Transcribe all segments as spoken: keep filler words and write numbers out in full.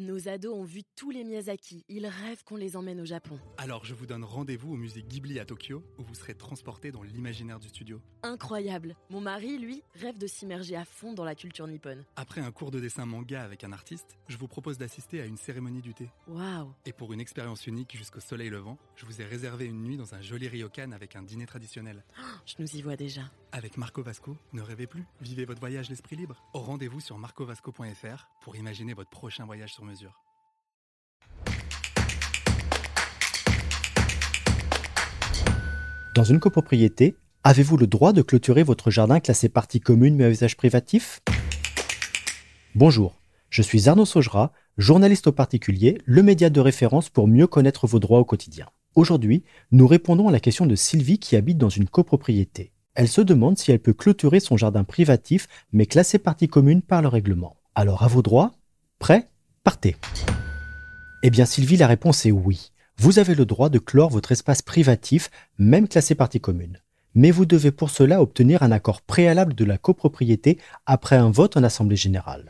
Nos ados ont vu tous les Miyazaki. Ils rêvent qu'on les emmène au Japon. Alors je vous donne rendez-vous au musée Ghibli à Tokyo, où vous serez transportés dans l'imaginaire du studio. Incroyable. Mon mari, lui, rêve de s'immerger à fond dans la culture nippone. Après un cours de dessin manga avec un artiste, je vous propose d'assister à une cérémonie du thé. Waouh. Et pour une expérience unique jusqu'au soleil levant, je vous ai réservé une nuit dans un joli ryokan avec un dîner traditionnel. Oh, je nous y vois déjà. Avec Marco Vasco, ne rêvez plus, vivez votre voyage l'esprit libre. Au rendez-vous sur marco vasco point f r pour imaginer votre prochain voyage sur mesure. Dans une copropriété, avez-vous le droit de clôturer votre jardin classé partie commune mais à usage privatif ? Bonjour, je suis Arnaud Saugera, journaliste au particulier, le média de référence pour mieux connaître vos droits au quotidien. Aujourd'hui, nous répondons à la question de Sylvie qui habite dans une copropriété. Elle se demande si elle peut clôturer son jardin privatif mais classé partie commune par le règlement. Alors à vos droits ? Prêts ? Partez ! Eh bien Sylvie, la réponse est oui. Vous avez le droit de clore votre espace privatif, même classé partie commune. Mais vous devez pour cela obtenir un accord préalable de la copropriété après un vote en assemblée générale.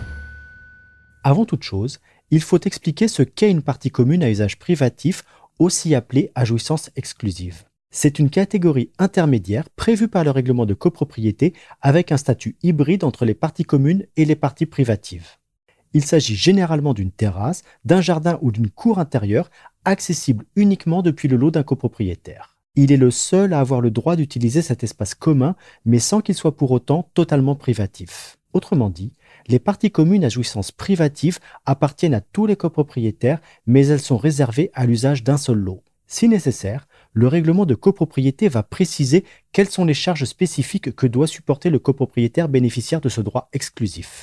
Avant toute chose, il faut expliquer ce qu'est une partie commune à usage privatif, aussi appelée à jouissance exclusive. C'est une catégorie intermédiaire prévue par le règlement de copropriété avec un statut hybride entre les parties communes et les parties privatives. Il s'agit généralement d'une terrasse, d'un jardin ou d'une cour intérieure accessible uniquement depuis le lot d'un copropriétaire. Il est le seul à avoir le droit d'utiliser cet espace commun, mais sans qu'il soit pour autant totalement privatif. Autrement dit, les parties communes à jouissance privative appartiennent à tous les copropriétaires, mais elles sont réservées à l'usage d'un seul lot. Si nécessaire, le règlement de copropriété va préciser quelles sont les charges spécifiques que doit supporter le copropriétaire bénéficiaire de ce droit exclusif.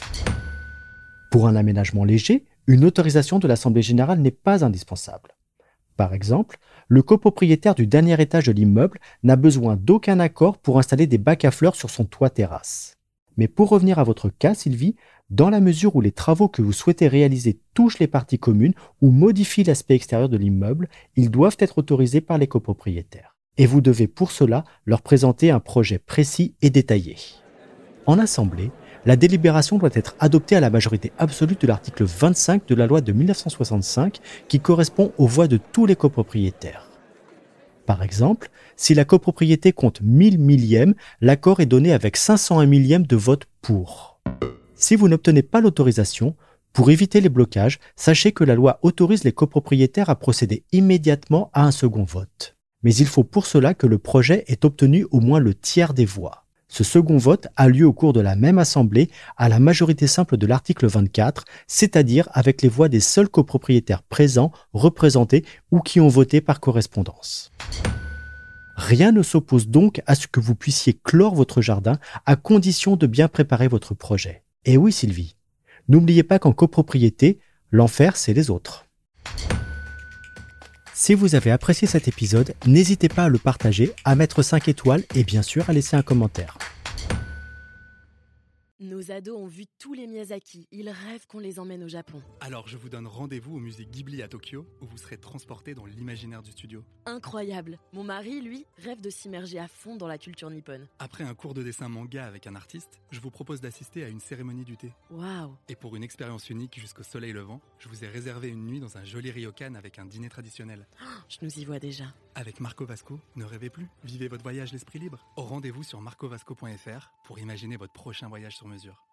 Pour un aménagement léger, une autorisation de l'Assemblée générale n'est pas indispensable. Par exemple, le copropriétaire du dernier étage de l'immeuble n'a besoin d'aucun accord pour installer des bacs à fleurs sur son toit terrasse. Mais pour revenir à votre cas, Sylvie, dans la mesure où les travaux que vous souhaitez réaliser touchent les parties communes ou modifient l'aspect extérieur de l'immeuble, ils doivent être autorisés par les copropriétaires. Et vous devez pour cela leur présenter un projet précis et détaillé. En assemblée, la délibération doit être adoptée à la majorité absolue de l'article vingt-cinq de la loi de mille neuf cent soixante-cinq qui correspond aux voix de tous les copropriétaires. Par exemple, si la copropriété compte mille millièmes, l'accord est donné avec cinq cent un millièmes de vote pour. Si vous n'obtenez pas l'autorisation, pour éviter les blocages, sachez que la loi autorise les copropriétaires à procéder immédiatement à un second vote. Mais il faut pour cela que le projet ait obtenu au moins le tiers des voix. Ce second vote a lieu au cours de la même assemblée à la majorité simple de l'article vingt-quatre, c'est-à-dire avec les voix des seuls copropriétaires présents, représentés ou qui ont voté par correspondance. Rien ne s'oppose donc à ce que vous puissiez clore votre jardin à condition de bien préparer votre projet. Et oui Sylvie, n'oubliez pas qu'en copropriété, l'enfer c'est les autres. Si vous avez apprécié cet épisode, n'hésitez pas à le partager, à mettre cinq étoiles et bien sûr à laisser un commentaire. Nos ados ont vu tous les Miyazaki. Ils rêvent qu'on les emmène au Japon. Alors je vous donne rendez-vous au musée Ghibli à Tokyo, où vous serez transportés dans l'imaginaire du studio. Incroyable. Mon mari, lui, rêve de s'immerger à fond dans la culture nippone. Après un cours de dessin manga avec un artiste, je vous propose d'assister à une cérémonie du thé. Waouh. Et pour une expérience unique jusqu'au soleil levant, je vous ai réservé une nuit dans un joli ryokan avec un dîner traditionnel. Oh, je nous y vois déjà. Avec Marco Vasco, ne rêvez plus, vivez votre voyage l'esprit libre. Au rendez-vous sur marco vasco point f r pour imaginer votre prochain voyage sur mesure.